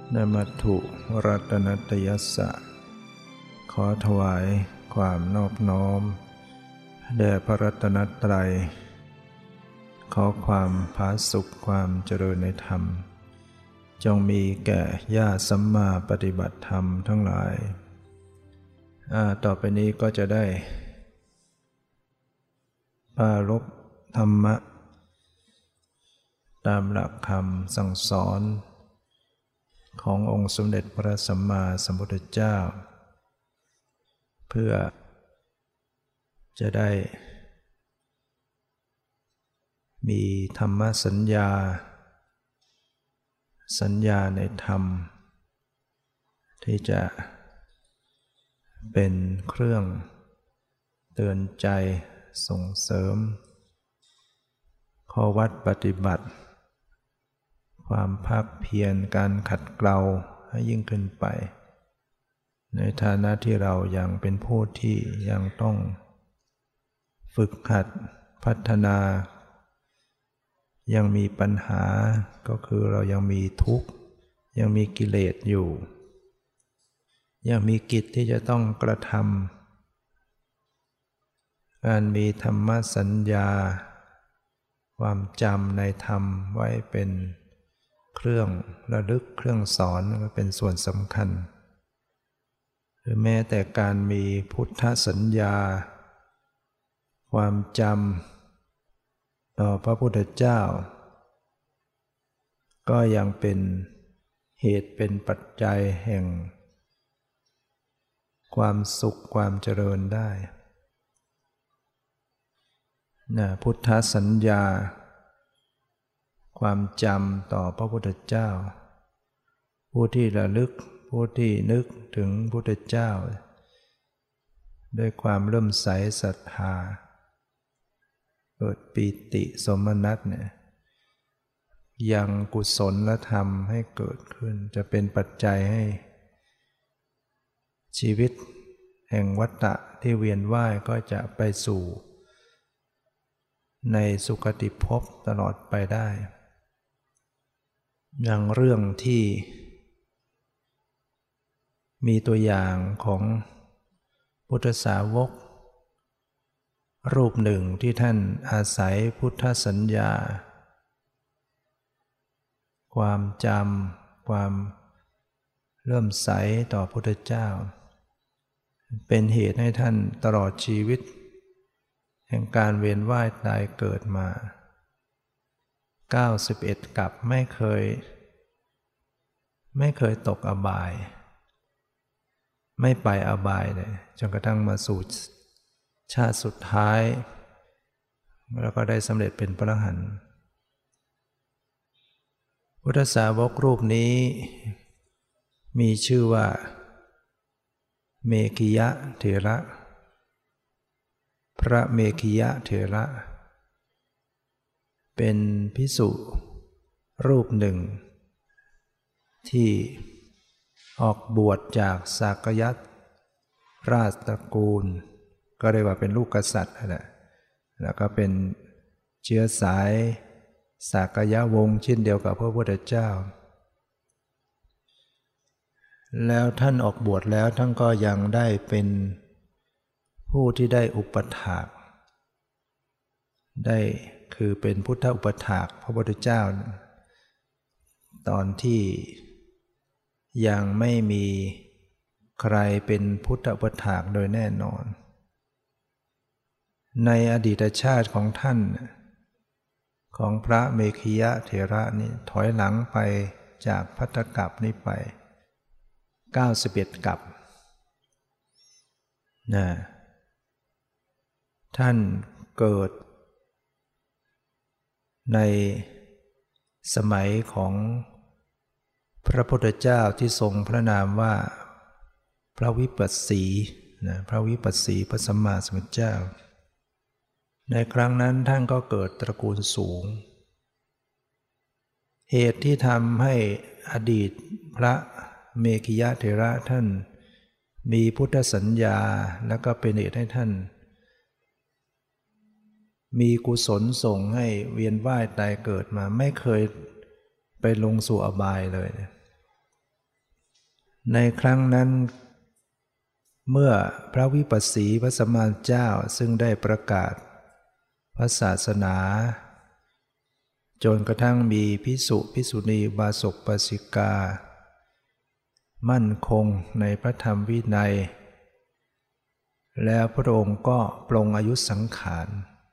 นมัตถุรัตนัตยัสสะขอถวายความนอบน้อมแด่พระรัตนตรัยขอความผาสุกความเจริญในธรรมจงมีแก่ญาติสัมมาปฏิบัติธรรมทั้งหลายต่อไปนี้ก็จะได้ปรารภธรรมะตามหลักคำสั่งสอนขององค์สมเด็จพระสัมมาสัมพุทธเจ้าเพื่อจะได้มีธรรมสัญญาในธรรมที่จะเป็นเครื่องเตือนใจส่งเสริมข้อวัดปฏิบัติความภาคเพียรการขัดเกลาให้ยิ่งขึ้นไปในฐานะที่เรายังเป็นผู้ที่ยังต้องฝึกหัดพัฒนายังมีปัญหาก็คือเรายังมีทุกข์ยังมีกิเลสอยู่ยังมีกิจที่จะต้องกระทำการมีธรรมสัญญาความจำในธรรมไว้เป็นเครื่องระลึกเครื่องสอนก็เป็นส่วนสำคัญหรือแม้แต่การมีพุทธสัญญาความจำต่อพระพุทธเจ้าก็ยังเป็นเหตุเป็นปัจจัยแห่งความสุขความเจริญได้พุทธสัญญาความจำต่อพระพุทธเจ้าผู้ที่ระลึกผู้ที่นึกถึงพระพุทธเจ้าด้วยความเริ่มใสศรัทธาเกิดปีติสมนัสเนี่ยยังกุศลธรรมให้เกิดขึ้นจะเป็นปัจจัยให้ชีวิตแห่งวัฏฏะที่เวียนว่ายก็จะไปสู่ในสุคติภพตลอดไปได้อย่างเรื่องที่มีตัวอย่างของพุทธสาวกรูปหนึ่งที่ท่านอาศัยพุทธสัญญาความจำความเลื่อมใสต่อพุทธเจ้าเป็นเหตุให้ท่านตลอดชีวิตแห่งการเวียนว่ายตายเกิดมา91 กับไม่เคยตกอบายไม่ไปอบายเลยจนกระทั่งมาสู่ชาติสุดท้ายแล้วก็ได้สำเร็จเป็นพระอรหันต์พุทธสาวกรูปนี้มีชื่อว่าเมขิยะเถระพระเมขิยะเถระเป็นภิกษุรูปหนึ่งที่ออกบวชจากสากยราชตระกูลก็เรียกว่าเป็นลูกกษัตริย์แหละแล้วก็เป็นเชื้อสายสากยวงศ์เช่นเดียวกับพระพุทธเจ้าแล้วท่านออกบวชแล้วท่านก็ยังได้เป็นผู้ที่ได้อุปถากได้คือเป็นพุทธอุปถากพระพุทธเจ้าตอนที่ยังไม่มีใครเป็นพุทธอุปถากโดยแน่นอนในอดีตชาติของท่านของพระเมขิยะเถระนี่ถอยหลังไปจากภัตตกัปนี้ไป91 กัปท่านเกิดในสมัยของพระพุทธเจ้าที่ทรงพระนามว่าพระวิปัสสีพระวิปัสสีพระสัมมาสัมพุทธเจ้าในครั้งนั้นท่านก็เกิดตระกูลสูงเหตุที่ทำให้อดีตพระเมขิยะเถระท่านมีพุทธสัญญาและก็เป็นเหตุให้ท่านมีกุศลส่งให้เวียนว่ายตายเกิดมาไม่เคยไปลงสู่อบายเลยในครั้งนั้นเมื่อพระวิปัสสีพระสัมมาสัมพุทธเจ้าซึ่งได้ประกาศพระศาสนาจนกระทั่งมีภิกษุภิกษุณีอุบาสกอุบาสิกามั่นคงในพระธรรมวินัยแล้วพระองค์ก็ปลงอายุสังขาร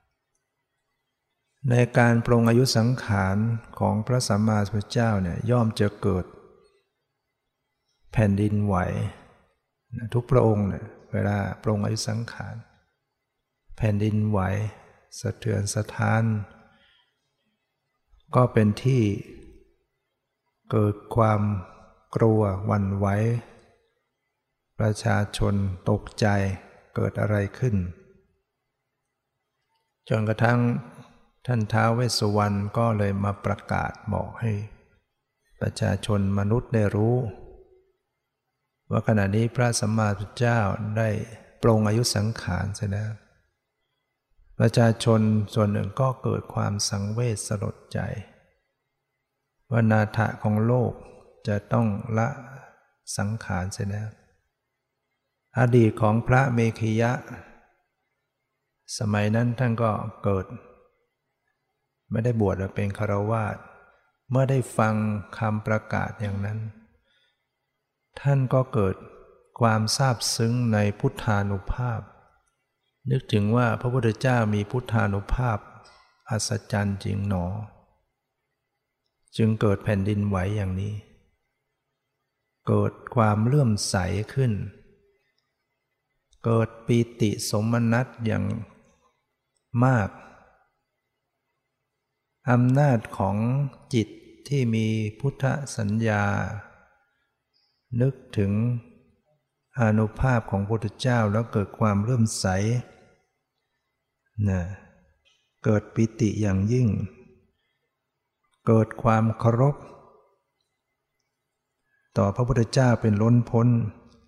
ในการปลงอายุสังขารของพระสัมมาสัมพุทธเจ้าเนี่ยย่อมจะเกิดแผ่นดินไหวทุกพระองค์เนี่ยเวลาปลงอายุสังขารแผ่นดินไหวสะเทือนสะท้านก็เป็นที่เกิดความกลัวหวั่นไหวประชาชนตกใจเกิดอะไรขึ้นจนกระทั่งท่านท้าวเวสสุวรรณก็เลยมาประกาศบอกให้ประชาชนมนุษย์ได้รู้ว่าขณะนี้พระสัมมาสัมพุทธเจ้าได้ปลงอายุสังขารเสร็จแล้วประชาชนส่วนหนึ่งก็เกิดความสังเวชสลดใจว่านาถะของโลกจะต้องละสังขารเสียแล้วอดีตของพระเมขิยะสมัยนั้นท่านก็เกิดไม่ได้บวชเป็นฆราวาสเมื่อได้ฟังคำประกาศอย่างนั้นท่านก็เกิดความซาบซึ้งในพุทธานุภาพนึกถึงว่าพระพุทธเจ้ามีพุทธานุภาพอัศจรรย์จริงหนอจึงเกิดแผ่นดินไหวอย่างนี้เกิดความเลื่อมใสขึ้นเกิดปีติสมนัสอย่างมากอำนาจของจิตที่มีพุทธสัญญานึกถึงอานุภาพของพระพุทธเจ้าแล้วเกิดความเลื่อมใสเกิดปิติอย่างยิ่งเกิดความเคารพต่อพระพุทธเจ้าเป็นล้นพ้น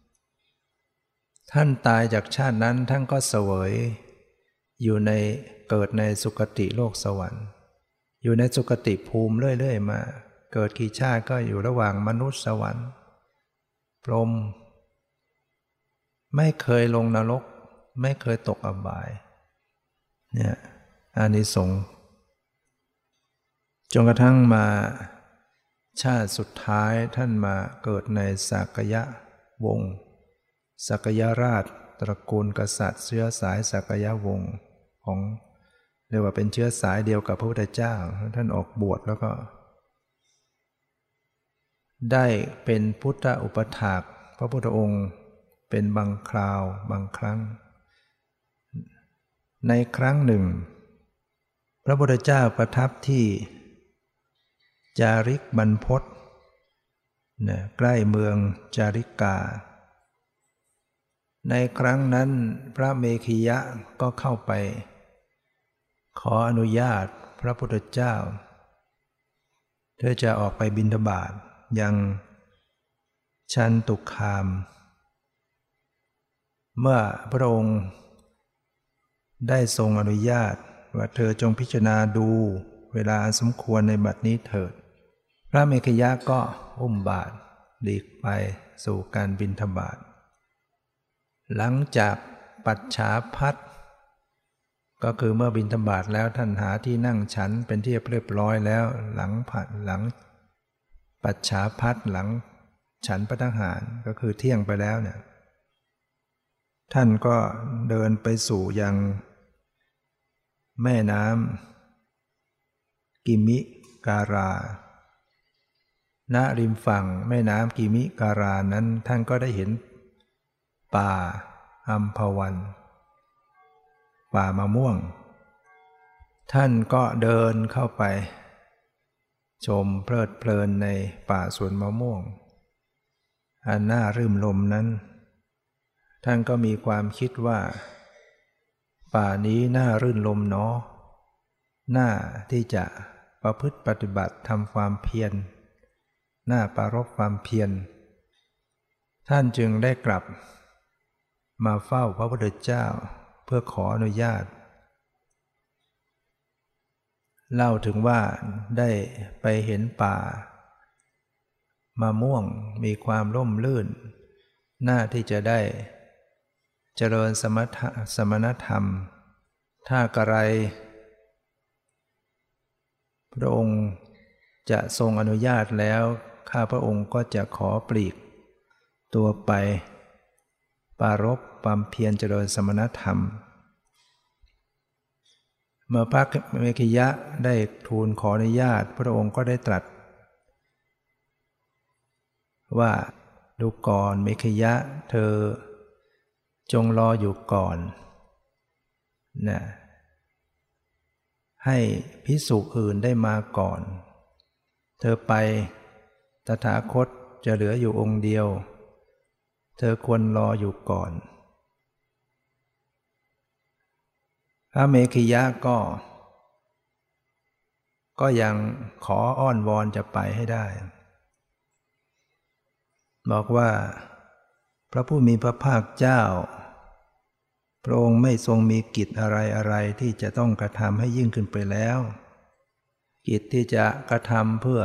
ท่านตายจากชาตินั้นท่านก็เสวยอยู่ในเกิดในสุคติโลกสวรรค์อยู่ในสุคติภูมิเรื่อยๆมาเกิดกี่ชาติก็อยู่ระหว่างมนุษย์สวรรค์พรหมไม่เคยลงนรกไม่เคยตกอบายเนี่ยอานิสงส์จนกระทั่งมาชาติสุดท้ายท่านมาเกิดในสากยวงศ์สากยราชตระกูลกษัตริย์เชื้อสายสากยวงศ์ของเรียกว่าเป็นเชื้อสายเดียวกับพระพุทธเจ้าท่านออกบวชแล้วก็ได้เป็นพุทธอุปถากพระพุทธองค์เป็นบางคราวบางครั้งในครั้งหนึ่งพระพุทธเจ้าประทับที่จาริกบรรพตใกล้เมืองจาริกาในครั้งนั้นพระเมขิยะก็เข้าไปขออนุญาตพระพุทธเจ้าเธอจะออกไปบิณฑบาตยังชันตุคามเมื่อพระองค์ได้ทรงอนุญาตว่าเธอจงพิจารณาดูเวลาสมควรในบัดนี้เถิดพระเมขิยะก็อุ้มบาตรหลีกไปสู่การบิณฑบาตหลังจากปัจฉาภัตก็คือเมื่อบิณฑบาตแล้วท่านหาที่นั่งฉันเป็นที่เรียบร้อยแล้วหลังปัจฉาภัตหลังฉันภัตตาหารก็คือเที่ยงไปแล้วเนี่ยท่านก็เดินไปสู่ยังแม่น้ำกิมิการาณริมฝั่งแม่น้ำกิมิการานั้นท่านก็ได้เห็นป่าอัมพวันป่ามะม่วงท่านก็เดินเข้าไปชมเพลิดเพลินในป่าสวนมะม่วงอันน่ารื่นรมนั้นท่านก็มีความคิดว่าป่านี้น่ารื่นรมเนาะน่าที่จะประพฤติปฏิบัติทำความเพียรน่าปรารภความเพียรท่านจึงได้กลับมาเฝ้าพระพุทธเจ้าเพื่อขออนุญาตเล่าถึงว่าได้ไปเห็นป่ามะม่วงมีความร่มรื่นน่าที่จะได้เจริญสมณธรรมถ้ากระไรพระองค์จะทรงอนุญาตแล้วข้าพระองค์ก็จะขอปลีกตัวไปปรารภความเพียรเจริญสมณธรรมเมื่อพระเมขยะได้ทูลขออนุญาตพระองค์ก็ได้ตรัสว่าดูก่อนเมขยะเธอจงรออยู่ก่อนนะให้ภิกษุอื่นได้มาก่อนเธอไปตถาคตจะเหลืออยู่องค์เดียวเธอควรรออยู่ก่อนพระเมขยะก็ยังขออ้อนวอนจะไปให้ได้บอกว่าพระผู้มีพระภาคเจ้าพระองค์ไม่ทรงมีกิจอะไรที่จะต้องกระทำให้ยิ่งขึ้นไปแล้วกิจที่จะกระทำเพื่อ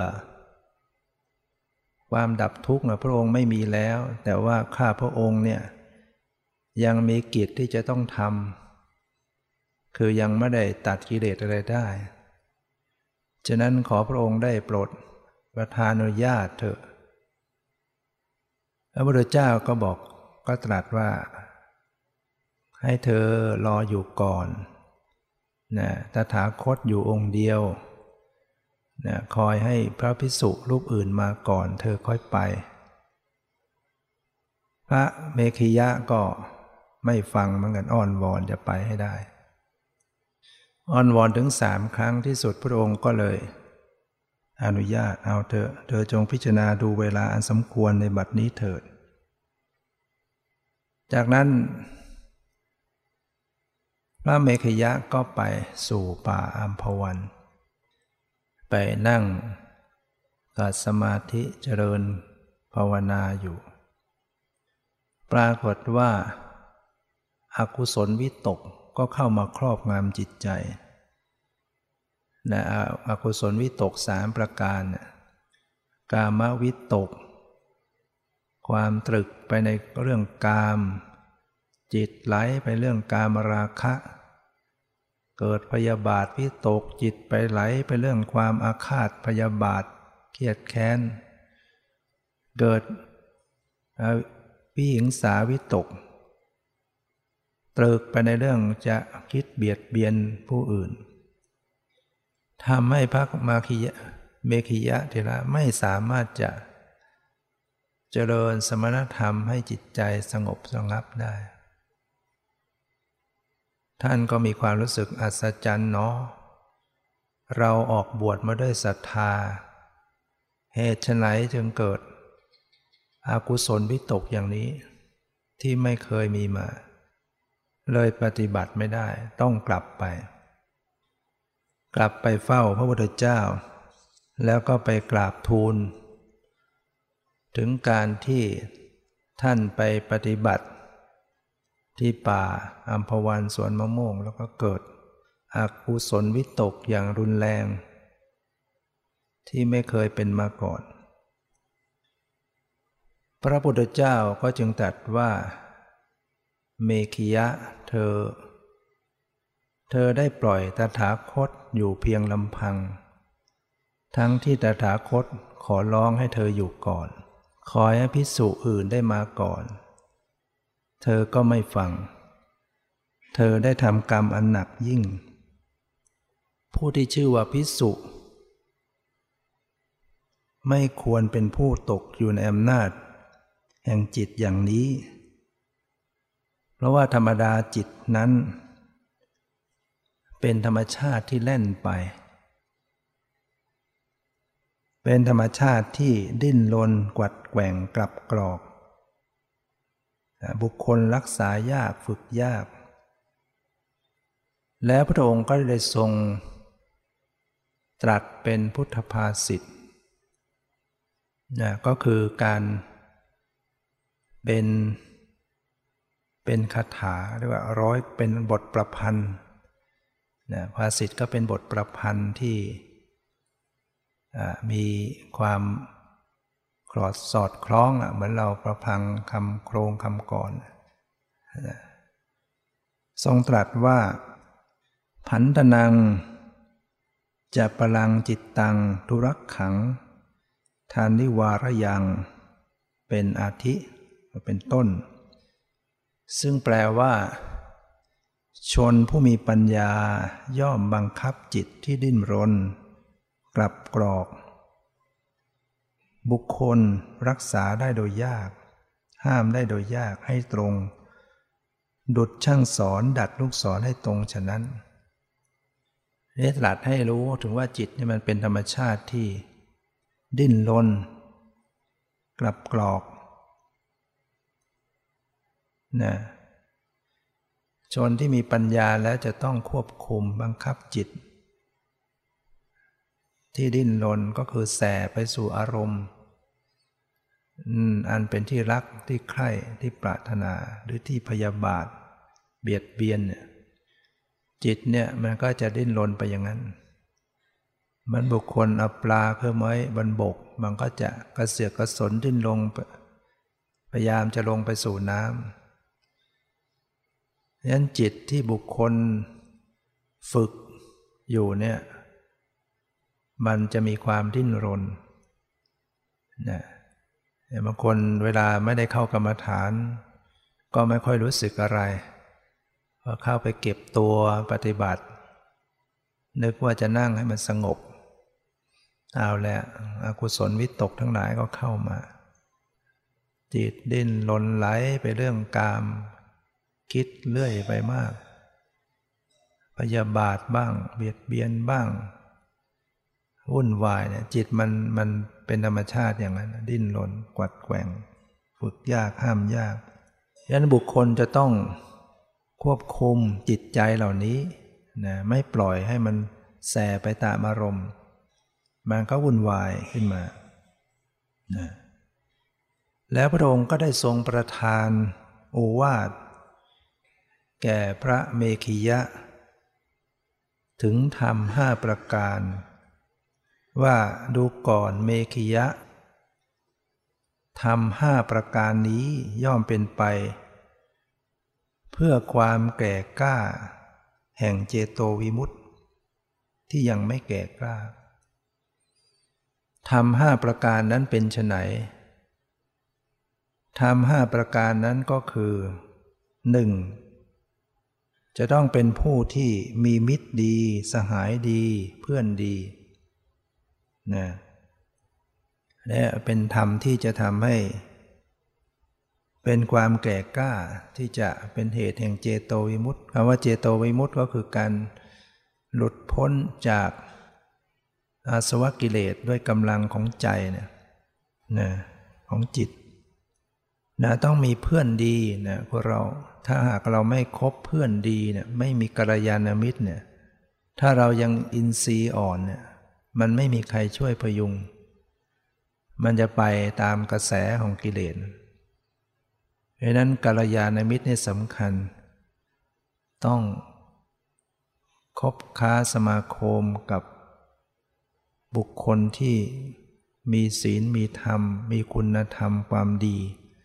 ความดับทุกข์พระองค์ไม่มีแล้วแต่ว่าข้าพระองค์เนี่ยยังมีกิจที่จะต้องทำคือยังไม่ได้ตัดกิเลสอะไรได้ฉะนั้นขอพระองค์ได้โปรดประทานอนุญาตเถอะพระพุทธเจ้าก็ตรัสว่าให้เธอรออยู่ก่อนนะตถาคตอยู่องค์เดียวนะคอยให้พระภิกษุรูปอื่นมาก่อนเธอค่อยไปพระเมขยะก็ไม่ฟังเหมือนกันอ้อนวอนจะไปให้ได้อ้อนวอนถึง3 ครั้งที่สุดพระองค์ก็เลยอนุญาตเอาเธอจงพิจารณาดูเวลาอันสมควรในบัดนี้เถิดจากนั้นพระเมขยะก็ไปสู่ป่าอัมพวันไปนั่งกัดสมาธิเจริญภาวนาอยู่ปรากฏว่าอกุศลวิตกก็เข้ามาครอบงำจิตใจนะอกุศลวิตก3 ประการกามวิตกความตรึกไปในเรื่องกามจิตไหลไปเรื่องกามราคะเกิดพยาบาทวิตกจิตไปไหลไปเรื่องความอาฆาตพยาบาทเครียดแค้นเกิดวิหิงสาวิตกตรึกไปในเรื่องจะคิดเบียดเบียนผู้อื่นทำให้พระเมขยะเถระไม่สามารถจะเจริญสมณธรรมให้จิตใจสงบสงับได้ท่านก็มีความรู้สึกอัศจรรย์เนาะเราออกบวชมาด้วยศรัทธาเหตุไฉนจึงเกิดอกุศลวิตกอย่างนี้ที่ไม่เคยมีมาเลยปฏิบัติไม่ได้ต้องกลับไปเฝ้าพระพุทธเจ้าแล้วก็ไปกราบทูลถึงการที่ท่านไปปฏิบัติที่ป่าอัมพวันสวนมะม่วงแล้วก็เกิดอกุศลวิตกอย่างรุนแรงที่ไม่เคยเป็นมาก่อนพระพุทธเจ้าก็จึงตรัสว่าเมขยะเธอได้ปล่อยตถาคตอยู่เพียงลำพังทั้งที่ตถาคตขอร้องให้เธออยู่ก่อนขอให้ภิกษุอื่นได้มาก่อนเธอก็ไม่ฟังเธอได้ทำกรรมอันหนักยิ่งผู้ที่ชื่อว่าภิกษุไม่ควรเป็นผู้ตกอยู่ในอำนาจแห่งจิตอย่างนี้เพราะว่าธรรมดาจิตนั้นเป็นธรรมชาติที่แล่นไปเป็นธรรมชาติที่ดิ้นรนกวัดแกว่งกลับกรอกบุคคลรักษายากฝึกยากแล้วพระองค์ก็ได้ทรงตรัสเป็นพุทธภาษิตก็คือการเป็นคาถาเรียกว่าเป็นบทประพันธ์ภาษิตก็เป็นบทประพันธ์ที่มีความสอดคล้องเหมือนเราประพังคำโครงคำก่อนทรงตรัสว่าผันตนังจะปลังจิตตังทุรักขังทานิวารยังเป็นอาทิเป็นต้นซึ่งแปลว่าชนผู้มีปัญญาย่อมบังคับจิตที่ดิ้นรนกลับกรอกบุคคลรักษาได้โดยยากห้ามได้โดยยากให้ตรงดุจช่างสอนดัดลูกศรให้ตรงฉะนั้นได้ตรัสให้รู้ถึงว่าจิตนี่มันเป็นธรรมชาติที่ดิ้นรนกลับกรอกนะชนที่มีปัญญาแล้วจะต้องควบคุมบังคับจิตที่ดิ้นรนก็คือแส่ไปสู่อารมณ์อันเป็นที่รักที่ใคร่ที่ปรารถนาหรือที่พยาบาทเบียดเบียนเนี่ยจิตเนี่ยมันก็จะดิ้นรนไปอย่างนั้นมันบุคคลเอาปลาเข้าไว้บนบกมันก็จะกระเสือกกระสนดิ้นลงพยายามจะลงไปสู่น้ำฉะนั้นจิตที่บุคคลฝึกอยู่เนี่ยมันจะมีความดิ้นรนนะบางคนเวลาไม่ได้เข้ากรรมฐานก็ไม่ค่อยรู้สึกอะไรพอเข้าไปเก็บตัวปฏิบัตินึกว่าจะนั่งให้มันสงบเอาแล้วอกุศลวิตกทั้งหลายก็เข้ามาจิตดิ้นรนไหลไปเรื่องกามคิดเรื่อยไปมากพยาบาทบ้างเบียดเบียนบ้างวุ่นวายเนี่ยจิตมันเป็นธรรมชาติอย่างนั้นดิ้นรนกวัดแกว่งฝึกยากห้ามยากฉะนั้นบุคคลจะต้องควบคุมจิตใจเหล่านี้นะไม่ปล่อยให้มันแส่ไปตามอารมณ์มันก็วุ่นวายขึ้นมานะแล้วพระองค์ก็ได้ทรงประทานโอวาทแก่พระเมขิยะถึงธรรม5ประการว่าดูก่อนเมขิยะธรรม5ประการนี้ย่อมเป็นไปเพื่อความแก่กล้าแห่งเจโตวิมุตติที่ยังไม่แก่กล้าธรรม5ประการนั้นเป็นไฉนธรรม5ประการนั้นก็คือ 1. จะต้องเป็นผู้ที่มีมิตรดีสหายดีเพื่อนดีนะและเป็นธรรมที่จะทำให้เป็นความแก่กล้าที่จะเป็นเหตุแห่งเจโตวิมุตติคำว่าเจโตวิมุตติก็คือการหลุดพ้นจากอาสวะกิเลสด้วยกำลังของใจเนี่ยนะของจิตนะต้องมีเพื่อนดีนะพวกเราถ้าหากเราไม่คบเพื่อนดีเนี่ยไม่มีกัลยาณมิตรเนี่ยถ้าเรายังอินทรีย์อ่อนเนี่ยมันไม่มีใครช่วยพยุงมันจะไปตามกระแสของกิเลสเพราะนั้นกัลยาณมิตรนี่สำคัญต้องคบค้าสมาคมกับบุคคลที่มีศีลมีธรรมมีคุณธรรมความดี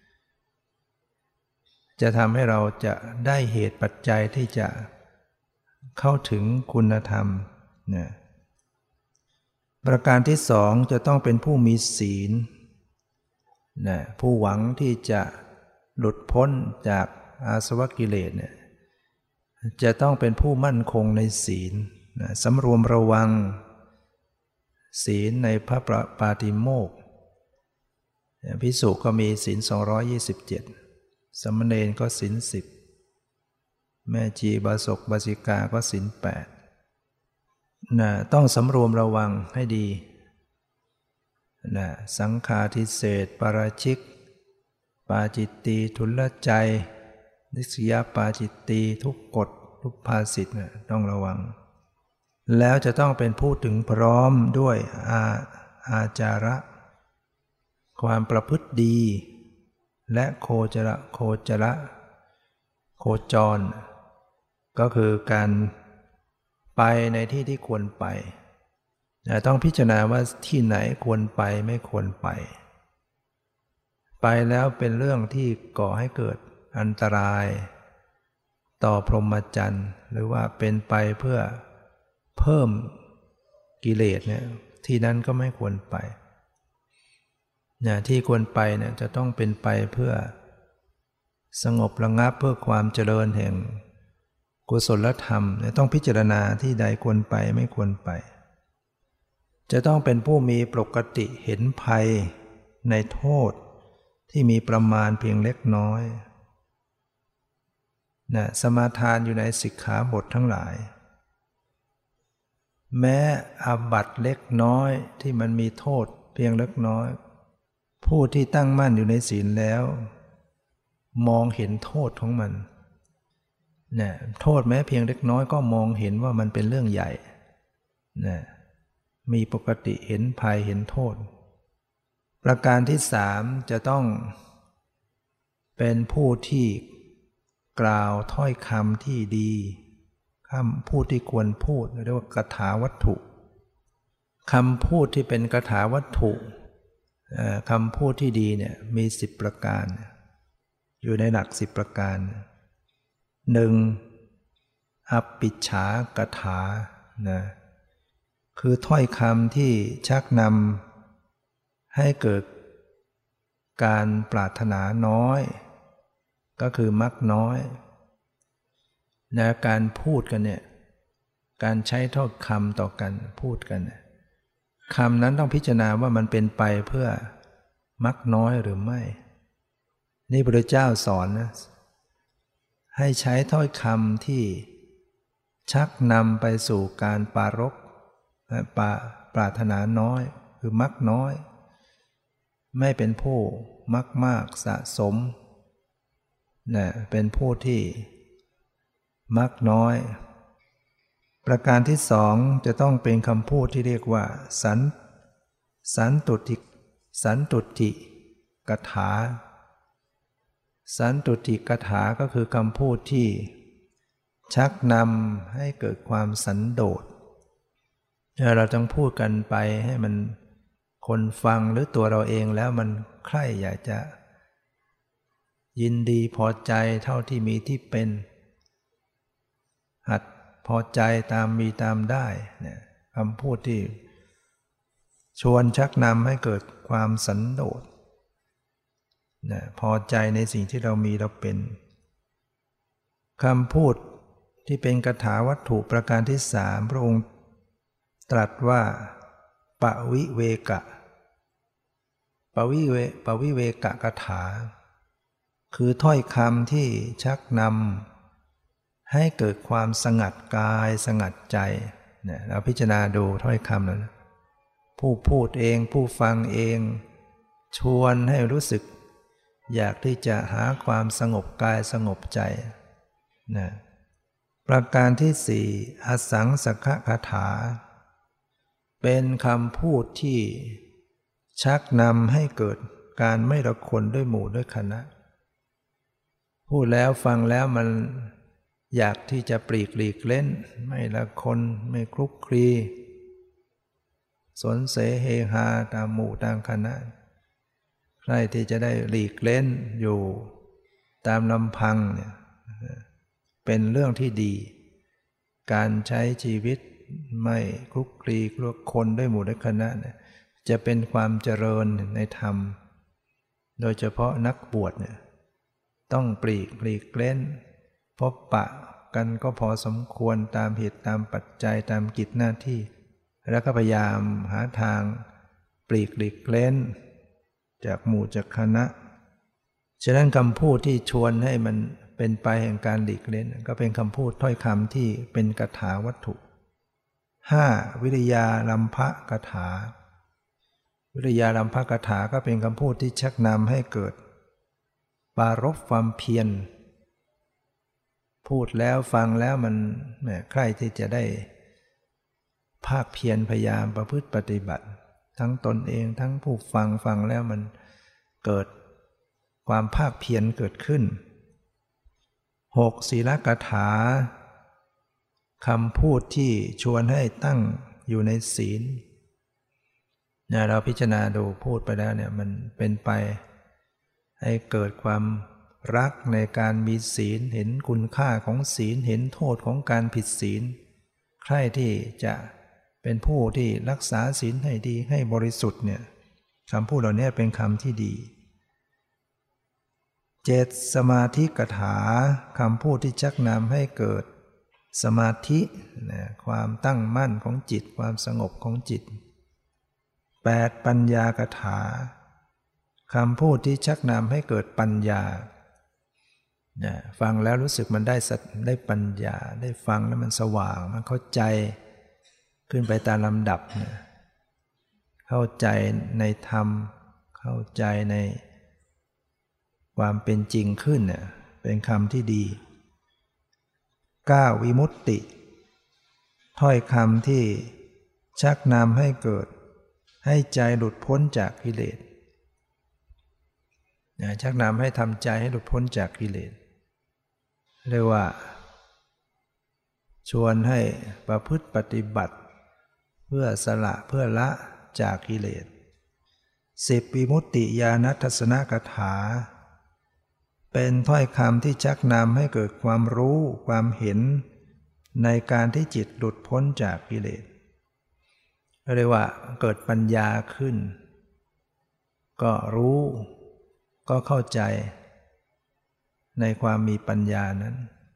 จะทำให้เราจะได้เหตุปัจจัยที่จะเข้าถึงคุณธรรมนะประการที่สองจะต้องเป็นผู้มีศีลนะผู้หวังที่จะหลุดพ้นจากอาสวะกิเลสเนี่ยจะต้องเป็นผู้มั่นคงในศีลนะสำรวมระวังศีลในพระปาติโมกข์ภิกษุก็มีศีล227สมณเณรก็ศีล10แม่ชีบาศกบาสิกาก็ศีล8นะต้องสำรวมระวังให้ดีนะสังฆาทิเศษปาราชิกปาจิตตีทุลใจนิสยปาจิตตีทุกกฎทุกภาษิตนะต้องระวังแล้วจะต้องเป็นผู้ถึงพร้อมด้วยอาจาระความประพฤติดีและโคจรก็คือการไปในที่ที่ควรไปต้องพิจารณาว่าที่ไหนควรไปไม่ควรไปไปแล้วเป็นเรื่องที่ก่อให้เกิดอันตรายต่อพรหมจรรย์หรือว่าเป็นไปเพื่อเพิ่มกิเลสเนี่ยที่นั้นก็ไม่ควรไปเนี่ยที่ควรไปเนี่ยจะต้องเป็นไปเพื่อสงบระงับเพื่อความเจริญแห่งกุศลธรรมเนี่ยต้องพิจารณาที่ใดควรไปไม่ควรไปจะต้องเป็นผู้มีปกติเห็นภัยในโทษที่มีประมาณเพียงเล็กน้อยนะสมาทานอยู่ในสิกขาบททั้งหลายแม้อาบัติเล็กน้อยที่มันมีโทษเพียงเล็กน้อยผู้ที่ตั้งมั่นอยู่ในศีลแล้วมองเห็นโทษของมันนะโทษแม้เพียงเล็กน้อยก็มองเห็นว่ามันเป็นเรื่องใหญ่นะมีปกติเห็นภัยเห็นโทษประการที่สามจะต้องเป็นผู้ที่กล่าวถ้อยคำที่ดีคำพูดที่ควรพูดเรียกว่ากถาวัตถุคำพูดที่เป็นกถาวัตถุคำพูดที่ดีเนี่ยมี10ประการอยู่ในหลัก10ประการหนึ่งอัปปิจฉากถานะคือถ้อยคำที่ชักนำให้เกิดการปรารถนาน้อยก็คือมักน้อยนะการพูดกันเนี่ยการใช้ถ้อยคำต่อกันพูดกันคำนั้นต้องพิจารณาว่ามันเป็นไปเพื่อมักน้อยหรือไม่นี่พระพุทธเจ้าสอนนะให้ใช้ถ้อยคำที่ชักนำไปสู่การปรารภปรารถนาน้อยคือมักน้อยไม่เป็นผู้มักมากสะสมนะเป็นผู้ที่มักน้อยประการที่สองจะต้องเป็นคำพูดที่เรียกว่าสันตุติกถาสันตุติกถาก็คือคำพูดที่ชักนำให้เกิดความสันโดษเราต้องพูดกันไปให้มันคนฟังหรือตัวเราเองแล้วมันใคร่อยากจะยินดีพอใจเท่าที่มีที่เป็นหัดพอใจตามมีตามได้เนี่ยคำพูดที่ชวนชักนำให้เกิดความสันโดษนะพอใจในสิ่งที่เรามีเราเป็นคำพูดที่เป็นกถาวัตถุประการที่สามพระองค์ตรัสว่าปวิเวกะปวิเวกะกถาคือถ้อยคำที่ชักนำให้เกิดความสงัดกายสงัดใจเนี่ยเราพิจารณาดูถ้อยคำนั้นผู้พูดเองผู้ฟังเองชวนให้รู้สึกอยากที่จะหาความสงบกายสงบใจนะประการที่สี่อสังสักขะคถาเป็นคำพูดที่ชักนำให้เกิดการไม่ละคนด้วยหมู่ด้วยคณะพูดแล้วฟังแล้วมันอยากที่จะปลีกหลีกเล่นไม่ละคนไม่คลุกคลีสนเสเฮฮาตามหมู่ตามคณะใครที่จะได้หลีกเล่นอยู่ตามลำพังเนี่ยเป็นเรื่องที่ดีการใช้ชีวิตไม่คลุกคลีคลุกคนด้วยหมู่ด้วยคณะเนี่ยจะเป็นความเจริญในธรรมโดยเฉพาะนักบวชเนี่ยต้องปลีกเล่นพบปะกันก็พอสมควรตามเหตุตามปัจจัยตามกิจหน้าที่แล้วก็พยายามหาทางปลีกเล่นจากหมู่จากคณะฉะนั้นคำพูดที่ชวนให้มันเป็นไปแห่งการหลีกเล่นก็เป็นคำพูดถ้อยคำที่เป็นกถาวัตถุ 5. วิริยาลัมภกถาวิริยาลัมภกถาก็เป็นคำพูดที่ชักนำให้เกิดปรารภความเพียรพูดแล้วฟังแล้วมันใคร่ที่จะได้ภาคเพียรพยายามประพฤติปฏิบัติทั้งตนเองทั้งผู้ฟังแล้วมันเกิดความภาคเพียรเกิดขึ้น 6. ศีลกถาคำพูดที่ชวนให้ตั้งอยู่ในศีลเราพิจารณาดูพูดไปแล้วเนี่ยมันเป็นไปให้เกิดความรักในการมีศีลเห็นคุณค่าของศีลเห็นโทษของการผิดศีลใครที่จะเป็นผู้ที่รักษาศีลให้ดีให้บริสุทธิ์เนี่ยคำพูดเหล่านี้เป็นคำที่ดีเจตสมาธิกถาคำพูดที่ชักนำให้เกิดสมาธิความตั้งมั่นของจิตความสงบของจิต8ปัญญากถาคำพูดที่ชักนำให้เกิดปัญญาฟังแล้วรู้สึกมันได้ปัญญาได้ฟังแล้วมันสว่างมันเข้าใจขึ้นไปตามลำดับเข้าใจในธรรมเข้าใจในความเป็นจริงขึ้นเป็นคำที่ดี9วิมุตติถ้อยคำที่ชักนำให้เกิดให้ใจหลุดพ้นจากกิเลสชักนำให้ทำใจให้หลุดพ้นจากกิเลสเรียกว่าชวนให้ประพฤติปฏิบัติเพื่อสละเพื่อละจากกิเลส10วิมุตติญาณทัสสนกถาเป็นถ้อยคำที่ชักนำให้เกิดความรู้ความเห็นในการที่จิตหลุดพ้นจากกิเลสเรียกว่าเกิดปัญญาขึ้นก็รู้ก็เข้าใจในความมีปัญญานั้น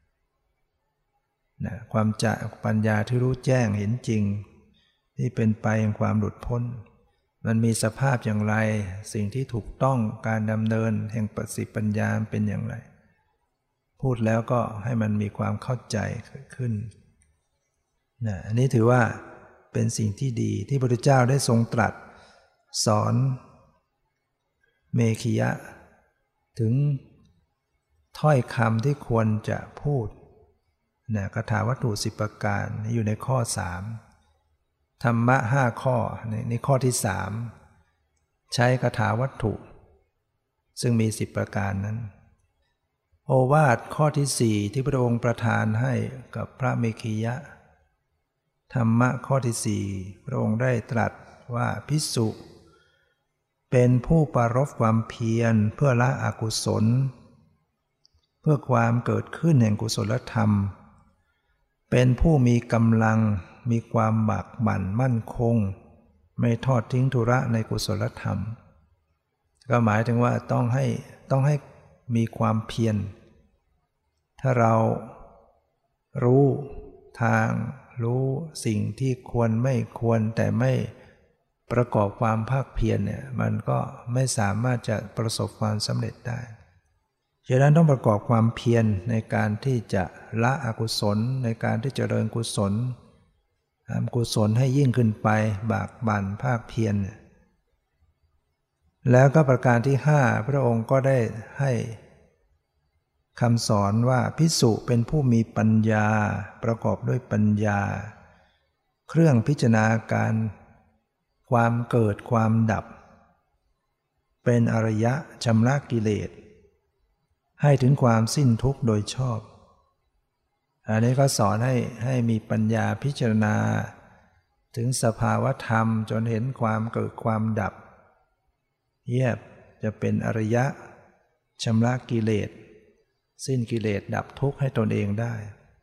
ความจะปัญญาที่รู้แจ้งเห็นจริงที่เป็นไปแห่งความหลุดพ้นมันมีสภาพอย่างไรสิ่งที่ถูกต้องการดำเนินแห่งปัญญาเป็นอย่างไรพูดแล้วก็ให้มันมีความเข้าใจขึ้นอันนี้ถือว่าเป็นสิ่งที่ดีที่พระพุทธเจ้าได้ทรงตรัสสอนเมขิยะถึงถ้อยคำที่ควรจะพูดคาถาวัตถุ10ประการอยู่ในข้อ3ธรรมะ5ข้อในข้อที่3ใช้คาถาวัตถุซึ่งมี10ประการนั้นโอวาทข้อที่4ที่พระองค์ประทานให้กับพระเมขิยะธรรมะข้อที่4พระองค์ได้ตรัสว่าภิกษุเป็นผู้ปรารภความเพียรเพื่อละอกุศลเพื่อความเกิดขึ้นแห่งกุศลธรรมเป็นผู้มีกำลังมีความบากบั่นมั่นคงไม่ทอดทิ้งธุระในกุศลธรรมก็หมายถึงว่าต้องให้มีความเพียรถ้าเรารู้ทางรู้สิ่งที่ควรไม่ควรแต่ไม่ประกอบความภาคเพียรเนี่ยมันก็ไม่สามารถจะประสบความสำเร็จได้ฉะนั้นต้องประกอบความเพียรในการที่จะละอกุศลในการที่จะเจริญกุศลทำกุศลให้ยิ่งขึ้นไปบากบั่นภาคเพียรแล้วก็ประการที่5พระองค์ก็ได้ให้คำสอนว่าภิกษุเป็นผู้มีปัญญาประกอบด้วยปัญญาเครื่องพิจารณาการความเกิดความดับเป็นอริยะชำระกิเลสให้ถึงความสิ้นทุกข์โดยชอบอันนี้ก็สอนให้มีปัญญาพิจารณาถึงสภาวธรรมจนเห็นความเกิดความดับเยียบจะเป็นอริยะชำระกิเลสสิ้นกิเลสดับทุกข์ให้ตนเองได้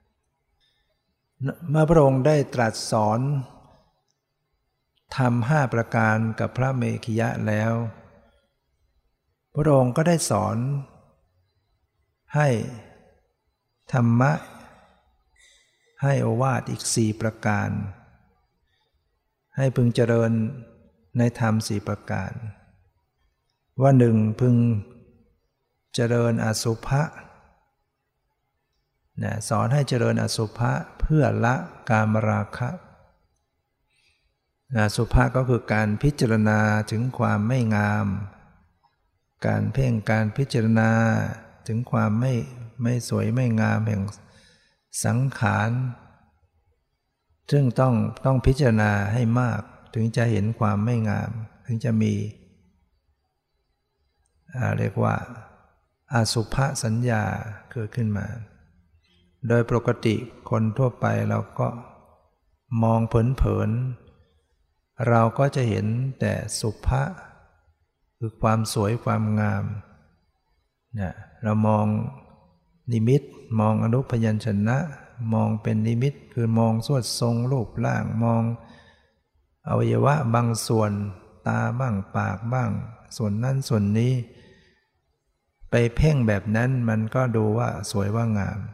เมื่อพระองค์ได้ตรัสสอนธรรม5ประการกับพระเมขิยะแล้วพระองค์ก็ได้สอนให้ธรรมะให้โอวาทอีก4ประการให้พึงเจริญในธรรม4ประการว่า1พึงเจริญอสุภะสอนให้เจริญอสุภะเพื่อละกามราคะอสุภะก็คือการพิจารณาถึงความไม่งามการเพ่งการพิจารณาถึงความไม่สวยไม่งามแห่งสังขารซึ่งต้องพิจารณาให้มากถึงจะเห็นความไม่งามถึงจะมีเรียกว่าอสุภสัญญาเกิดขึ้นมาโดยปกติคนทั่วไปเราก็มองเผินๆเราก็จะเห็นแต่สุภะคือความสวยความงามนะเรามองนิมิตมองอนุพยัญชนะมองเป็นนิมิตคือมองสวดทรงรูปร่างมองอวัยวะบางส่วนตาบ้างปากบ้างส่วนนั้นส่วนนี้ไปเพ่งแบบนั้นมันก็ดูว่าสวยว่างาม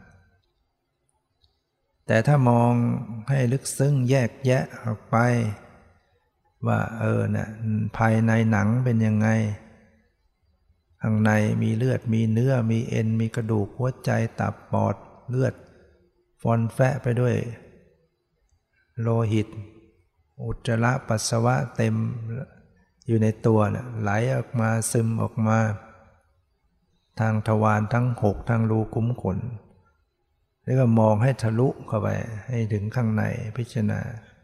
แต่ถ้ามองให้ลึกซึ้งแยกแยะออกไปว่าน่ะภายในหนังเป็นยังไงข้างในมีเลือดมีเนื้อมีเอ็นมีกระดูกหัวใจตับปอดเลือดฟอนแฟะไปด้วยโลหิตอุจจาระปัสสาวะเต็มอยู่ในตัวเนี่ยไหลออกมาซึมออกมาทางทวารทั้ง6ทางรูขุมขนแล้วก็มองให้ทะลุเข้าไปให้ถึงข้างในพิจารณา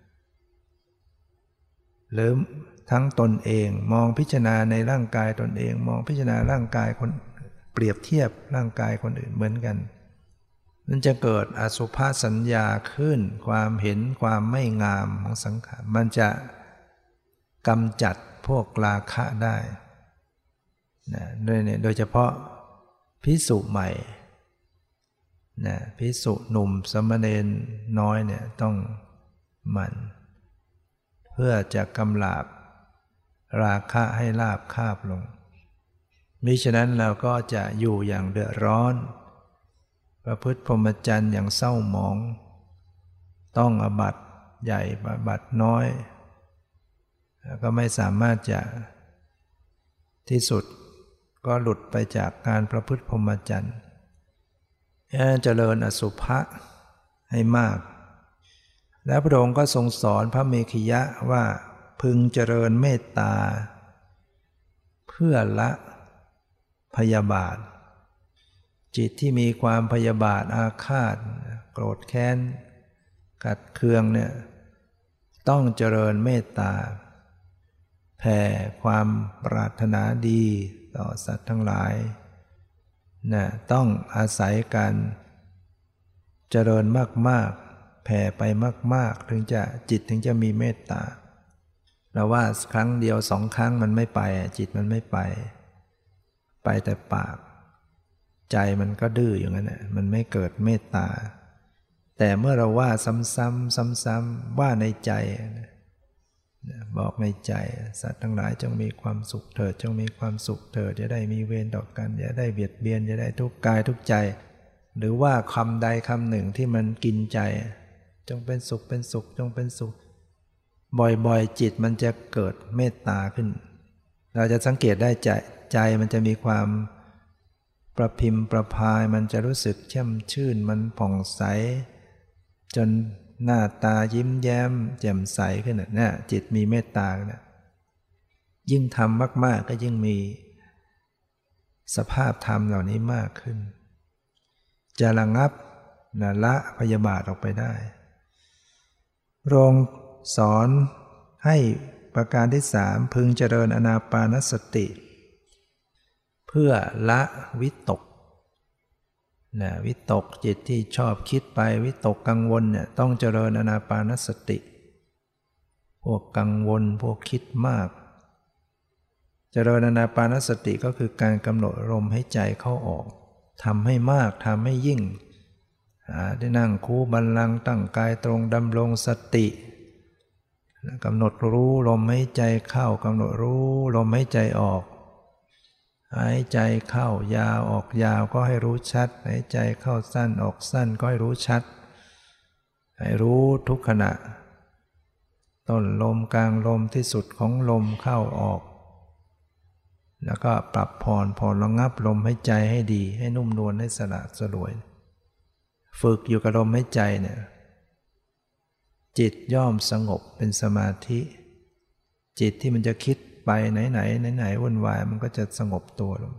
หรือทั้งตนเองมองพิจารณาในร่างกายตนเองมองพิจารณาร่างกายคนเปรียบเทียบร่างกายคนอื่นเหมือนกันมันจะเกิดอสุภสัญญาขึ้นความเห็นความไม่งามของสังขารมันจะกำจัดพวกราคะได้นะโดยเฉพาะภิกษุใหม่นะภิกษุหนุ่มสมณเณรน้อยเนี่ยต้องหมั่นเพื่อจะกำราบราคะให้ราบคาบลงมิฉะนั้นเราก็จะอยู่อย่างเดือดร้อนประพฤติพรหมจรรย์อย่างเศร้าหมองต้องอาบัติใหญ่อาบัติน้อยแล้วก็ไม่สามารถจะที่สุดก็หลุดไปจากการประพฤติพรหมจรรย์เจริญอสุภะให้มากและพระองค์ก็ทรงสอนพระเมขิยะว่าพึงเจริญเมตตาเพื่อละพยาบาทจิตที่มีความพยาบาทอาฆาตโกรธแค้นขัดเคืองเนี่ยต้องเจริญเมตตาแผ่ความปรารถนาดีต่อสัตว์ทั้งหลายนะต้องอาศัยการเจริญมากๆแผ่ไปมากๆถึงจะจิตถึงจะมีเมตตาเราว่าครั้งเดียว2 ครั้งมันไม่ไปจิตมันไม่ไปแต่ปากใจมันก็ดื้ออย่างนั้นน่ะมันไม่เกิดเมตตาแต่เมื่อเราว่าซ้ำๆว่าในใจบอกในใจสัตว์ทั้งหลายจงมีความสุขเถิดจงมีความสุขเถิดอย่าได้มีเวรต่อกันอย่าได้เบียดเบียนอย่าได้ทุกข์กายทุกข์ใจหรือว่าคำใดคำหนึ่งที่มันกินใจจงเป็นสุขเป็นสุขจงเป็นสุขบ่อยๆจิตมันจะเกิดเมตตาขึ้นเราจะสังเกตได้ใจมันจะมีความประพิมพ์ประพายมันจะรู้สึกแช่มชื่นมันผ่องใสจนหน้าตายิ้มแย้มแจ่มใสขึ้นเนี่ยจิตมีเมตตาเนี่ยยิ่งทำมากๆก็ยิ่งมีสภาพธรรมเหล่านี้มากขึ้นจะระงับละพยาบาทออกไปได้พระองค์สอนให้ประการที่3พึงเจริญอานาปานสติเพื่อละวิตกวิตกจิตที่ชอบคิดไปวิตกกังวลเนี่ยต้องเจริญอานาปานสติพวกกังวลพวกคิดมากเจริญอานาปานสติก็คือการกำหนดลมให้ใจเข้าออกทำให้มากทำให้ยิ่งได้นั่งคูบัลลังก์ตั้งกายตรงดำรงสติกำหนดรู้ลมหายใจเข้ากำหนดรู้ลมหายใจออกหายใจเข้ายาวออกยาวก็ให้รู้ชัดหายใจเข้าสั้นออกสั้นก็ให้รู้ชัดให้รู้ทุกขณะต้นลมกลางลมที่สุดของลมเข้าออกแล้วก็ปรับผ่อนระงับลมหายใจให้ดีให้นุ่มนวลให้สละสลวยฝึกอยู่กับลมหายใจเนี่ยจิตย่อมสงบเป็นสมาธิจิตที่มันจะคิดไปไหนวุ่นวายมันก็จะสงบตัวลง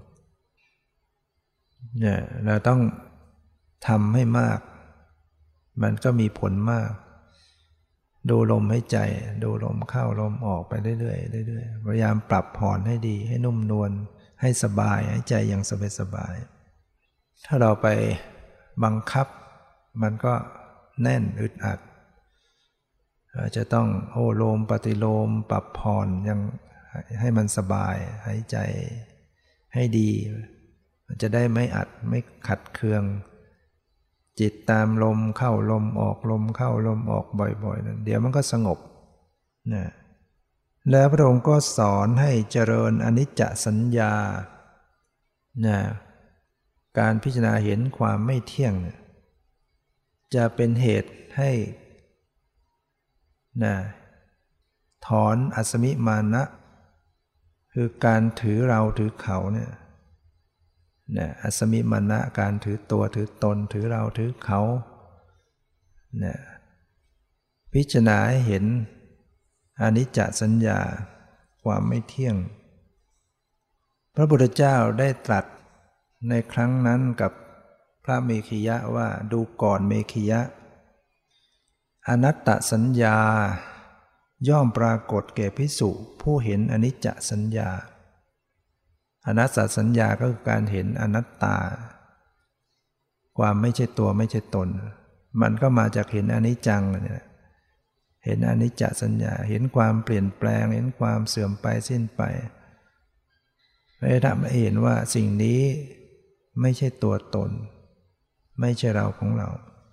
เนี่ยเราต้องทำให้มากมันก็มีผลมากดูลมหายใจดูลมเข้าลมออกไปเรื่อยๆพยายามปรับผ่อนให้ดีให้นุ่มนวลให้สบายให้ใจอย่างสบายๆถ้าเราไปบังคับมันก็แน่นอึดอัดจะต้องโอโลมปฏิโลมปรับผ่อนยังให้มันสบายหายใจให้ดีจะได้ไม่อัดไม่ขัดเคืองจิตตามลมเข้าลมออกลมเข้าลมออกบ่อยๆนั้นเดี๋ยวมันก็สงบนะแล้วพระองค์ก็สอนให้เจริญอนิจจสัญญานะการพิจารณาเห็นความไม่เที่ยงเนี่ยจะเป็นเหตุให้นะถอนอัศมิมานะคือการถือเราถือเขาเนี่ยอัศมิมานะการถือตัวถือตนถือเราถือเขาเนี่ยพิจารณาให้เห็นอนิจจสัญญาความไม่เที่ยงพระพุทธเจ้าได้ตรัสในครั้งนั้นกับพระเมขิยะว่าดูก่อนเมขิยะอนัตตสัญญาย่อมปรากฏแก่ภิกษุผู้เห็นอนิจจสัญญาอนัตตสัญญาก็คือการเห็นอนัตตาความไม่ใช่ตัวไม่ใช่ตนมันก็มาจากเห็นอนิจจังเนี่ยเห็นอนิจจสัญญาเห็นความเปลี่ยนแปลงเห็นความเสื่อมไปสิ้นไปให้ทำให้เห็นว่าสิ่งนี้ไม่ใช่ตัวตนไม่ใช่เราของเรา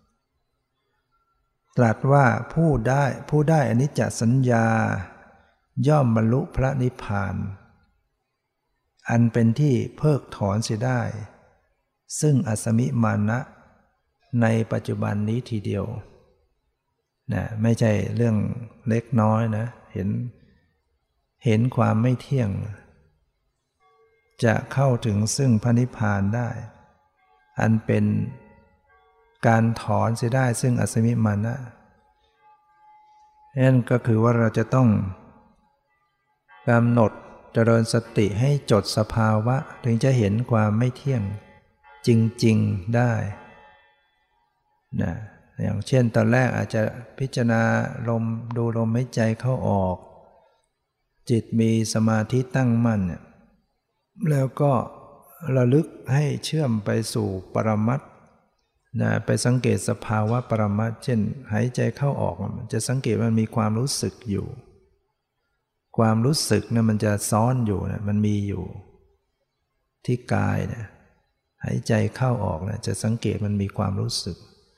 ตรัสว่าผู้ได้อนิจจสัญญาย่อมบรรลุพระนิพพานอันเป็นที่เพิกถอนเสียได้ซึ่งอัศมิมานะในปัจจุบันนี้ทีเดียวนะไม่ใช่เรื่องเล็กน้อยนะเห็นความไม่เที่ยงจะเข้าถึงซึ่งพระนิพพานได้อันเป็นการถอนเสียได้ซึ่งอัศมิมานะนั่นก็คือว่าเราจะต้องกำหนดเจริญสติให้จดสภาวะถึงจะเห็นความไม่เที่ยงจริงๆได้นะอย่างเช่นตอนแรกอาจจะพิจารณาลมดูลมหายใจเข้าออกจิตมีสมาธิตั้งมั่นเนี่ยแล้วก็ระลึกให้เชื่อมไปสู่ปรมัตถ์นะไปสังเกตสภาวะปรมัตถ์เช่นหายใจเข้าออกจะสังเกตมันมีความรู้สึกอยู่ความรู้สึกนะมันจะซ้อนอยู่นะมันมีอยู่ที่กายเนี่ยหายใจเข้าออกนะจะสังเกตมันมีความรู้สึก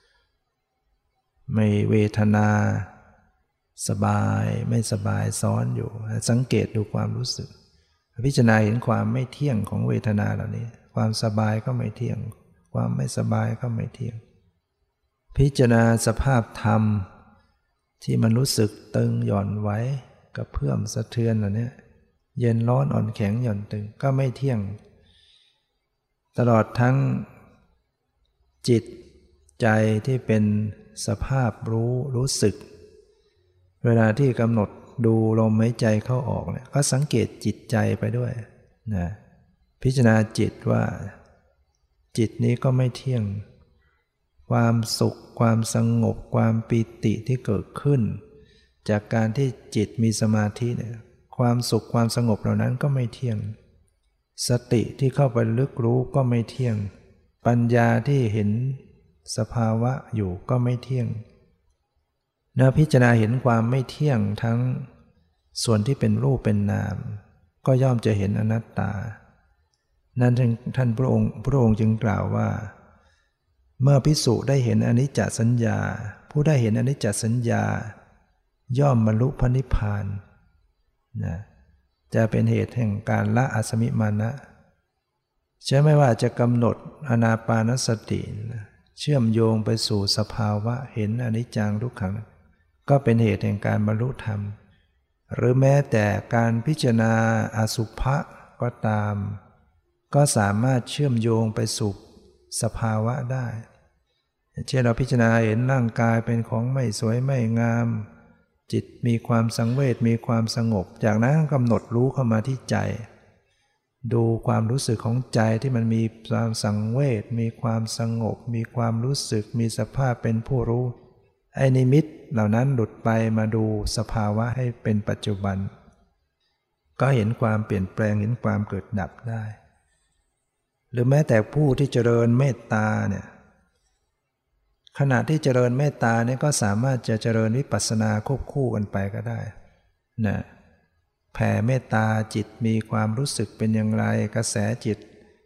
ไม่เวทนาสบายไม่สบายซ้อนอยู่สังเกตดูความรู้สึกพิจารณาเห็นความไม่เที่ยงของเวทนาเหล่านี้ความสบายก็ไม่เที่ยงความไม่สบายก็ไม่เที่ยงพิจารณาสภาพธรรมที่มันรู้สึกตึงหย่อนไหวกระเพื่อมสะเทือนเหล่านี้เย็นร้อนอ่อนแข็งหย่อนตึงก็ไม่เที่ยงตลอดทั้งจิตใจที่เป็นสภาพรู้สึกเวลาที่กำหนดดูลมหายใจเข้าออกเนี่ยก็สังเกตจิตใจไปด้วยนะพิจารณาจิตว่าจิตนี้ก็ไม่เที่ยงความสุขความสงบความปีติที่เกิดขึ้นจากการที่จิตมีสมาธิเนี่ยความสุขความสงบเหล่านั้นก็ไม่เที่ยงสติที่เข้าไปลึกรู้ก็ไม่เที่ยงปัญญาที่เห็นสภาวะอยู่ก็ไม่เที่ยงนะพิจารณาเห็นความไม่เที่ยงทั้งส่วนที่เป็นรูปเป็นนามก็ย่อมจะเห็นอนัตตานั้นท่านพระองค์จึงกล่าวว่าเมื่อภิกษุได้เห็นอนิจจสัญญาผู้ได้เห็นอนิจจสัญญาย่อมบรรลุพระนิพพานนะจะเป็นเหตุแห่งการละอัศมิมานะใช่ไหมว่าจะกำหนดอานาปานสติเชื่อมโยงไปสู่สภาวะเห็นอนิจจังทุกขังก็เป็นเหตุแห่งการบรรลุธรรมหรือแม้แต่การพิจารณาอสุภะก็ตามก็สามารถเชื่อมโยงไปสู่สภาวะได้เช่นเราพิจารณาเห็นร่างกายเป็นของไม่สวยไม่งามจิตมีความสังเวชมีความสงบจากนั้นกำหนดรู้เข้ามาที่ใจดูความรู้สึกของใจที่มันมีความสังเวชมีความสงบมีความรู้สึกมีสภาพเป็นผู้รู้ไอ้นิมิตเหล่านั้นหลุดไปมาดูสภาวะให้เป็นปัจจุบันก็เห็นความเปลี่ยนแปลงเห็นความเกิดดับได้หรือแม้แต่ผู้ที่เจริญเมตตาเนี่ยขณะที่เจริญเมตตาเนี่ยก็สามารถจะเจริญวิปัสสนาควบคู่กันไปก็ได้นะแผ่เมตตาจิตมีความรู้สึกเป็นอย่างไรกระแสจิต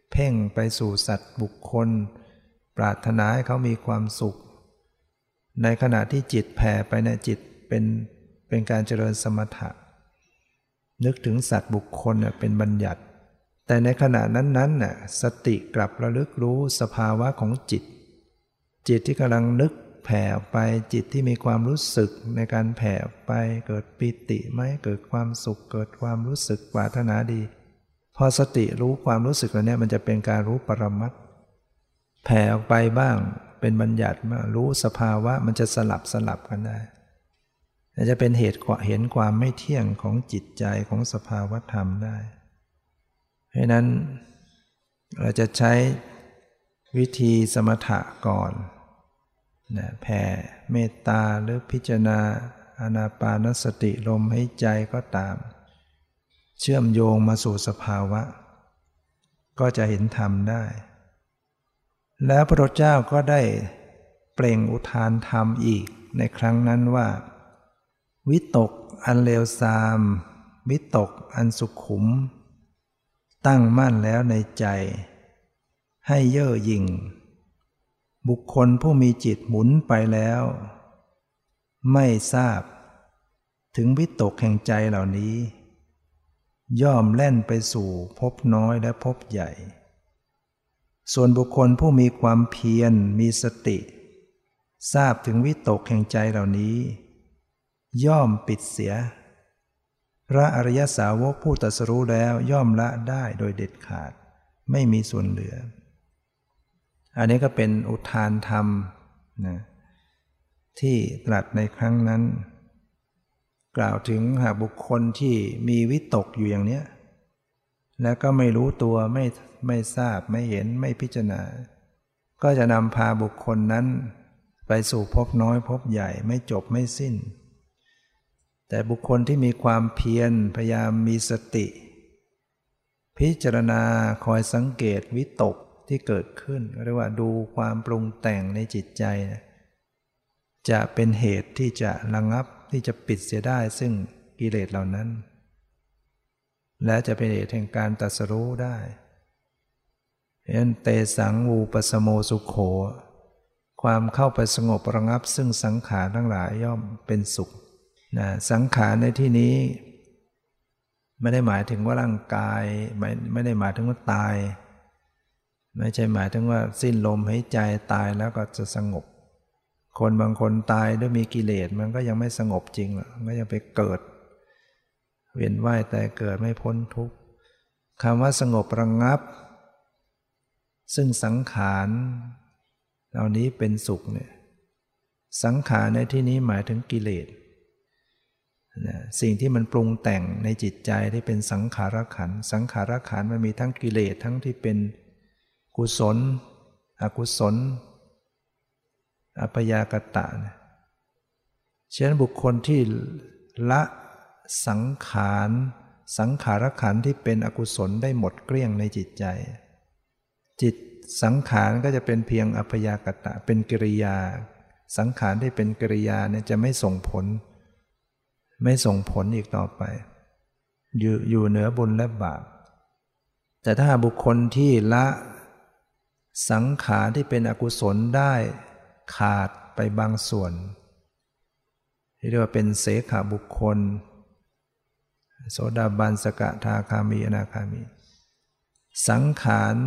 เพ่งไปสู่สัตว์บุคคลปรารถนาให้เขามีความสุขในขณะที่จิตแผ่ไปในจิตเป็นการเจริญสมถะนึกถึงสัตว์บุคคลเป็นบัญญัติแต่ในขณะนั้นน่ะสติกลับระลึกรู้สภาวะของจิตที่กำลังนึกแผ่ออกไปจิตที่มีความรู้สึกในการแผ่ออกไปเกิดปิติไหมเกิดความสุขเกิดความรู้สึกปรารถนาดีพอสติรู้ความรู้สึกแล้วเนี่ยมันจะเป็นการรู้ปรมัตถ์แผ่ออกไปบ้างเป็นบัญญัติบ้างรู้สภาวะมันจะสลับกันได้จะเป็นเหตุเห็นความไม่เที่ยงของจิตใจของสภาวธรรมได้เพราะนั้นเราจะใช้วิธีสมถะก่อนแผ่เมตตาหรือพิจารณาอานาปานสติลมหายใจก็ตามเชื่อมโยงมาสู่สภาวะก็จะเห็นธรรมได้แล้วพระพุทธเจ้าก็ได้เปล่งอุทานธรรมอีกในครั้งนั้นว่าวิตกอันเลวทรามวิตกอันสุขุมตั้งมั่นแล้วในใจให้เย่อหยิ่งบุคคลผู้มีจิตหมุนไปแล้วไม่ทราบถึงวิตกแห่งใจเหล่านี้ย่อมแล่นไปสู่ภพน้อยและภพใหญ่ส่วนบุคคลผู้มีความเพียรมีสติทราบถึงวิตกแห่งใจเหล่านี้ย่อมปิดเสียพระอริยสาวกผู้ตรัสรู้แล้วย่อมละได้โดยเด็ดขาดไม่มีส่วนเหลืออันนี้ก็เป็นอุทานธรรมนะที่ตรัสในครั้งนั้นกล่าวถึงหากบุคคลที่มีวิตกอยู่อย่างนี้แล้วก็ไม่รู้ตัวไม่ทราบไม่เห็นไม่พิจารณาก็จะนำพาบุคคลนั้นไปสู่ภพน้อยภพใหญ่ไม่จบไม่สิ้นแต่บุคคลที่มีความเพียรพยายามมีสติพิจารณาคอยสังเกตวิตกที่เกิดขึ้นเรียกว่าดูความปรุงแต่งในจิตใจจะเป็นเหตุที่จะระงับที่จะปิดเสียได้ซึ่งกิเลสเหล่านั้นและจะเป็นเหตุแห่งการตรัสรู้ได้เพราะฉะนั้นเตสังวูปสโมสุโขความเข้าไปสงบระงับซึ่งสังขารทั้งหลายย่อมเป็นสุขสังขารในที่นี้ไม่ได้หมายถึงว่าร่างกายไม่ได้หมายถึงว่าตายไม่ใช่หมายถึงว่าสิ้นลมหายใจตายแล้วก็จะสงบคนบางคนตายด้วยมีกิเลสมันก็ยังไม่สงบจริงหรอกมันก็ยังไปเกิดเวียนว่ายแต่เกิดไม่พ้นทุกข์คำว่าสงบระงับซึ่งสังขารเหล่านี้เป็นสุขเนี่ยสังขารในที่นี้หมายถึงกิเลสสิ่งที่มันปรุงแต่งในจิตใจที่เป็นสังขารขันธ์สังขารขันธ์มันมีทั้งกิเลสทั้งที่เป็นกุศลอกุศลอัปยากตะฉะนั้นบุคคลที่ละสังขารขันธ์ที่เป็นอกุศลได้หมดเกลี้ยงในจิตใจจิตสังขารก็จะเป็นเพียงอัปยากตะเป็นกิริยาสังขารที่เป็นกิริยาเนี่ยจะไม่ส่งผลอีกต่อไปอยู่เหนือบุญและบาปแต่ถ้าบุคคลที่ละสังขารที่เป็นอกุศลได้ขาดไปบางส่วนที่เรียกว่าเป็นเสขบุคคลโสดาบันสกทาคามีอนาคามีสังขาร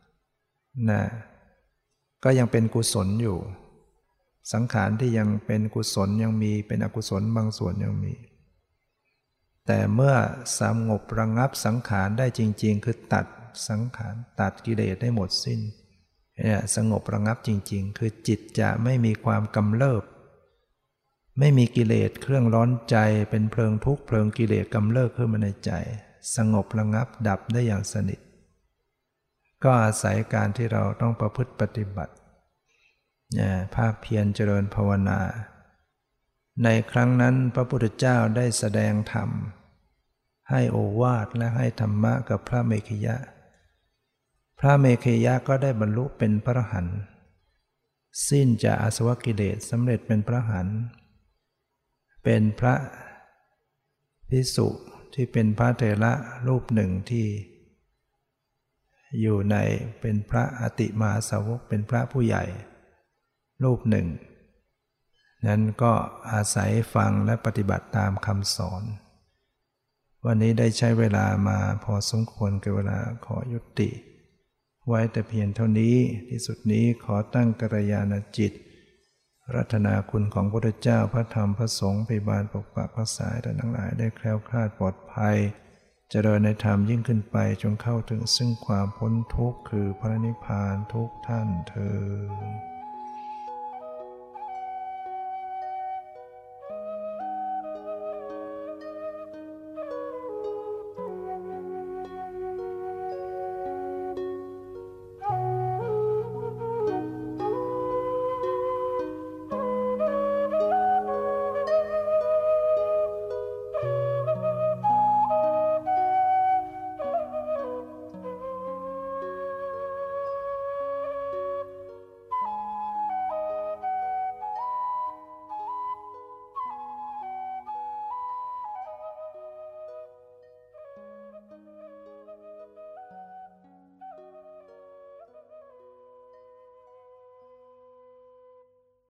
ก็ยังเป็นกุศลอยู่สังขารที่ยังเป็นกุศลยังมีเป็นอกุศลบางส่วนยังมีแต่เมื่อสงบระงับสังขารได้จริงๆคือตัดสังขารตัดกิเลสได้หมดสิ้นสงบระงับจริงๆคือจิตจะไม่มีความกำเริบไม่มีกิเลสเครื่องร้อนใจเป็นเพลิงทุกข์เพลิงกิเลสกำเริบขึ้นมาในใจสงบระงับดับได้อย่างสนิทก็อาศัยการที่เราต้องประพฤติปฏิบัติภาคเพียรเจริญภาวนาในครั้งนั้นพระพุทธเจ้าได้แสดงธรรมให้โอวาทและให้ธรรมะกับพระเมขิยะพระเมขิยะก็ได้บรรลุเป็นพระอรหันต์สิ้นจากอาสวะกิเลสสำเร็จเป็นพระอรหันต์เป็นพระภิกษุที่เป็นพระเถระรูปหนึ่งที่อยู่ในเป็นพระอติมหาสาวกเป็นพระผู้ใหญ่รูปหนึ่งนั้นก็อาศัยฟังและปฏิบัติตามคำสอนวันนี้ได้ใช้เวลามาพอสมควรกับเวลาขอยุติไว้แต่เพียงเท่านี้ที่สุดนี้ขอตั้งกัลยาณจิตรัตนาคุณของพระพุทธเจ้าพระธรรมพระสงฆ์พยาบาลปกปักรักษาท่านทั้งหลายได้แคล้วคลาดปลอดภัยเจริญในธรรมยิ่งขึ้นไปจนเข้าถึงซึ่งความพ้นทุกข์คือพระนิพพานทุกท่านเทอญ